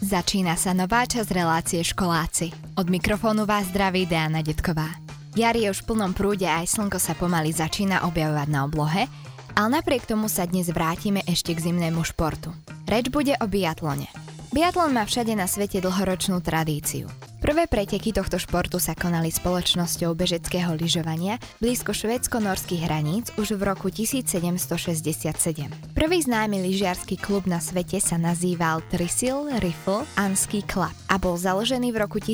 Začína sa nová časť relácie Školáci. Od mikrofónu vás zdraví Diana Detková. Jar je už v plnom prúde a aj slnko sa pomaly začína objavovať na oblohe, ale napriek tomu sa dnes vrátime ešte k zimnému športu. Reč bude o biatlone. Biatlon má všade na svete dlhoročnú tradíciu. Prvé preteky tohto športu sa konali spoločnosťou bežeckého lyžovania blízko švédsko-norských hraníc už v roku 1767. Prvý známy lyžiarsky klub na svete sa nazýval Trysil Rifle Anski Club a bol založený v roku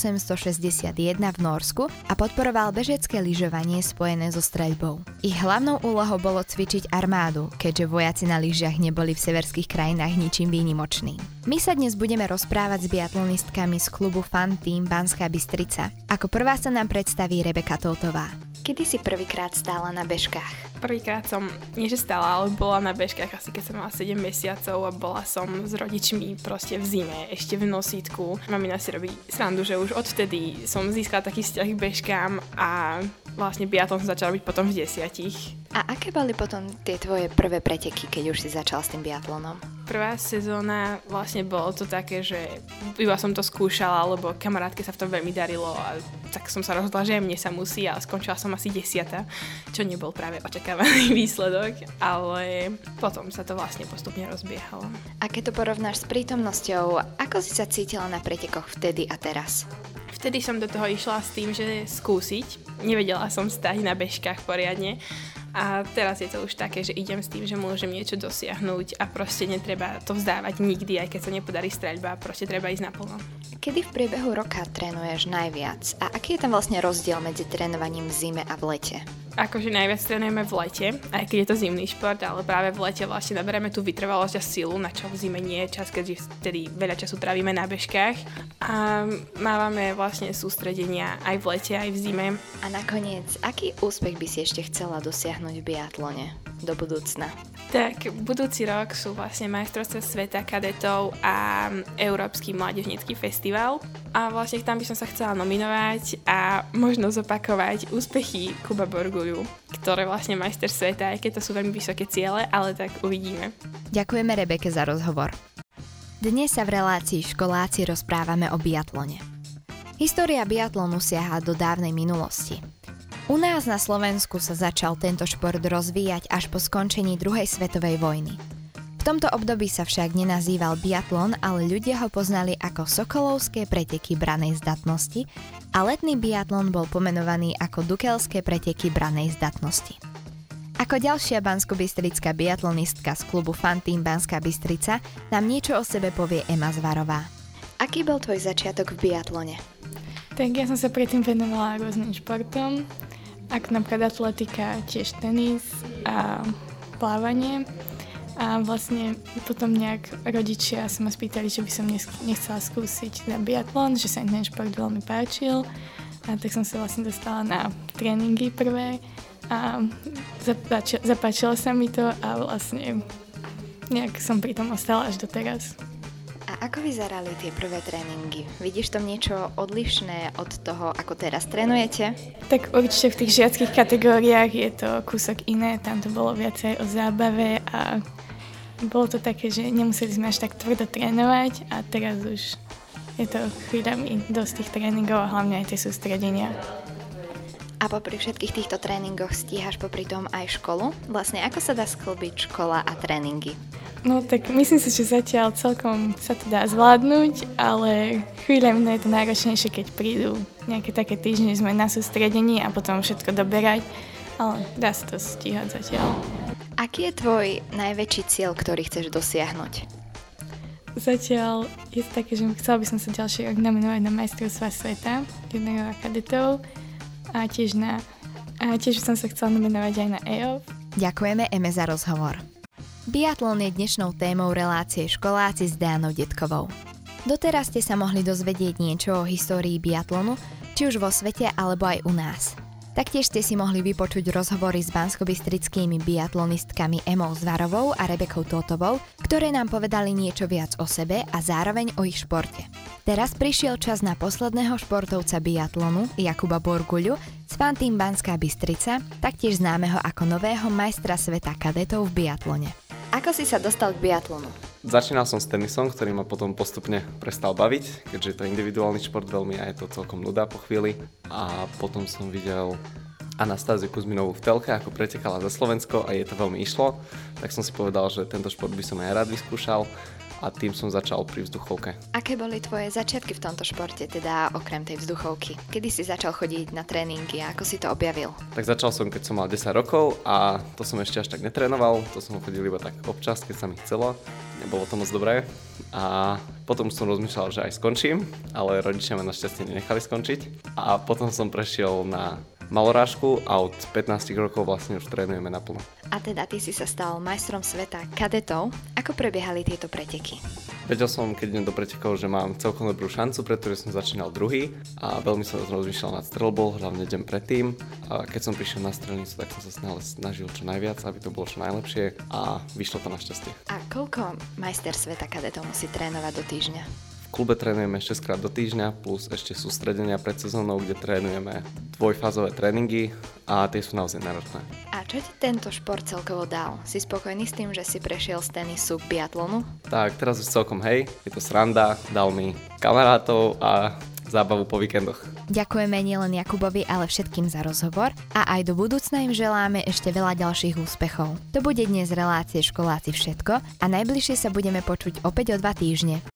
1861 v Norsku a podporoval bežecké lyžovanie spojené so streľbou. Ich hlavnou úlohou bolo cvičiť armádu, keďže vojaci na lyžiach neboli v severských krajinách ničím výnimočným. My sa dnes budeme rozprávať s biatlonistkami z klubu Fun Team Banská Bystrica. Ako prvá sa nám predstaví Rebeka Toutová. Kedy si prvýkrát stála na bežkách? Prvýkrát som, nie že stála, ale bola na bežkách asi keď som mala 7 mesiacov a bola som s rodičmi proste v zime, ešte v nosítku. Mamina si robí srandu, že už odvtedy som získala taký vzťah k bežkám a vlastne biatlon som začala byť potom v 10. A aké boli potom tie tvoje prvé preteky, keď už si začal s tým biatlonom? Prvá sezóna vlastne bolo to také, že iba som to skúšala, lebo kamarátke sa v tom veľmi darilo a tak som sa rozhodla, že aj mne sa musí a skončila som asi 10., čo nebol práve očakávaný výsledok, ale potom sa to vlastne postupne rozbiehalo. A keď to porovnáš s prítomnosťou, ako si sa cítila na pretekoch vtedy a teraz? Vtedy som do toho išla s tým, že skúsiť. Nevedela som stáť na bežkách poriadne. A teraz je to už také, že idem s tým, že môžem niečo dosiahnuť a proste netreba to vzdávať nikdy, aj keď sa nepodarí streľba, proste treba ísť naplno. Kedy v priebehu roka trénuješ najviac a aký je tam vlastne rozdiel medzi trénovaním v zime a v lete? Akože najviac trénujeme v lete, aj keď je to zimný šport, ale práve v lete vlastne naberieme tú vytrvalosť a silu, na čo v zime nie je čas, keďže vtedy veľa času trávime na bežkách a mávame vlastne sústredenia aj v lete, aj v zime. A nakoniec, aký úspech by si ešte chcela dosiahnuť v biatlone do budúcna? Tak budúci rok sú vlastne majstrovstvá sveta kadetov a Európsky mládežnícky festival a vlastne tam by som sa chcela nominovať a možno zopakovať úspechy Kuba Borguľu, ktoré vlastne majster sveta, aj keď to sú veľmi vysoké ciele, ale tak uvidíme. Ďakujeme Rebeke za rozhovor. Dnes sa v relácii Školáci rozprávame o biatlone. História biatlonu siaha do dávnej minulosti. U nás na Slovensku sa začal tento šport rozvíjať až po skončení druhej svetovej vojny. V tomto období sa však nenazýval biatlon, ale ľudia ho poznali ako sokolovské preteky branej zdatnosti a letný biatlon bol pomenovaný ako dukelské preteky branej zdatnosti. Ako ďalšia banskobystrická biatlonistka z klubu Fun Team Banská Bystrica nám niečo o sebe povie Ema Zvarová. Aký bol tvoj začiatok v biatlone? Tak ja som sa predtým venovala rôznym športom, ako napríklad atletika, tiež tenis a plávanie. A vlastne potom nejak rodičia sa ma spýtali, že by som nechcela skúsiť na biatlon, že sa im ten šport veľmi páčil. A tak som sa vlastne dostala na tréningy prvé a zapáčilo sa mi to a vlastne nejak som pri tom ostala až doteraz. A ako vyzerali tie prvé tréningy? Vidíš tam niečo odlišné od toho, ako teraz trénujete? Tak určite v tých žiackých kategóriách je to kúsok iné, tam to bolo viacej o zábave a bolo to také, že nemuseli sme až tak tvrdo trénovať a teraz už je to chvíľami dosť tých tréningov a hlavne aj tie sústredenia. A popri všetkých týchto tréningoch stíhaš popri tom aj školu? Vlastne ako sa dá sklbiť škola a tréningy? No tak myslím si, že zatiaľ celkom sa to dá zvládnuť, ale chvíľami je to náročnejšie, keď prídu nejaké také týždne, sme na sústredení a potom všetko doberať, ale dá sa to stíhať zatiaľ. Aký je tvoj najväčší cieľ, ktorý chceš dosiahnuť? Zatiaľ je to také, že chcela by som sa ďalší rok nominovať na majstrovstvá sveta juniorov a kadetov a tiež by som sa chcela nominovať aj na EOF. Ďakujeme Eme za rozhovor. Biatlon je dnešnou témou relácie Školáci s Dianou Detkovou. Doteraz ste sa mohli dozvedieť niečo o histórii biatlonu, či už vo svete alebo aj u nás. Taktiež ste si mohli vypočuť rozhovory s banskobystrickými biatlonistkami Emou Zvarovou a Rebekou Toutovou, ktoré nám povedali niečo viac o sebe a zároveň o ich športe. Teraz prišiel čas na posledného športovca biatlonu, Jakuba Borguľu, z Fun Team Banská Bystrica, taktiež známeho ako nového majstra sveta kadetov v biatlone. Ako si sa dostal k biatlonu? Začínal som s tenisom, ktorý ma potom postupne prestal baviť, keďže je to individuálny šport veľmi a je to celkom nuda po chvíli. A potom som videl Anastáziu Kuzminovú v telke, ako pretekala za Slovensko a jej to veľmi išlo. Tak som si povedal, že tento šport by som aj rád vyskúšal a tým som začal pri vzduchovke. Aké boli tvoje začiatky v tomto športe, teda okrem tej vzduchovky? Kedy si začal chodiť na tréningy a ako si to objavil? Tak začal som, keď som mal 10 rokov a to som ešte až tak netrénoval, to som chodil iba tak občas, keď sa mi chcelo. Nebolo to moc dobré a potom som rozmýšľal, že aj skončím, ale rodičia ma našťastie nenechali skončiť a potom som prešiel na malorážku a od 15 rokov vlastne už trénujeme naplno. A teda ty si sa stal majstrom sveta kadetov. Ako prebiehali tieto preteky? Vedel som, keď idem do pretekov, že mám celkom dobrú šancu, pretože som začínal druhý a veľmi som rozmýšľal nad streľbou, hlavne deň predtým. A keď som prišiel na strelnicu, tak som sa snažil čo najviac, aby to bolo čo najlepšie a vyšlo to našťastie. A koľko majster sveta kadetov musí trénovať do týždňa? V klube trénujeme 6 krát do týždňa, plus ešte sústredenia pred sezónou, kde trénujeme dvojfázové tréningy a tie sú naozaj náročné. A čo ti tento šport celkovo dal? Si spokojný s tým, že si prešiel z tenisu k biatlonu? Tak, teraz už celkom hej, je to sranda, dal mi kamarátov a zábavu po víkendoch. Ďakujeme nielen Jakubovi, ale všetkým za rozhovor a aj do budúcna im želáme ešte veľa ďalších úspechov. To bude dnes z relácie Školáci všetko a najbližšie sa budeme počuť opäť o 2 týždne.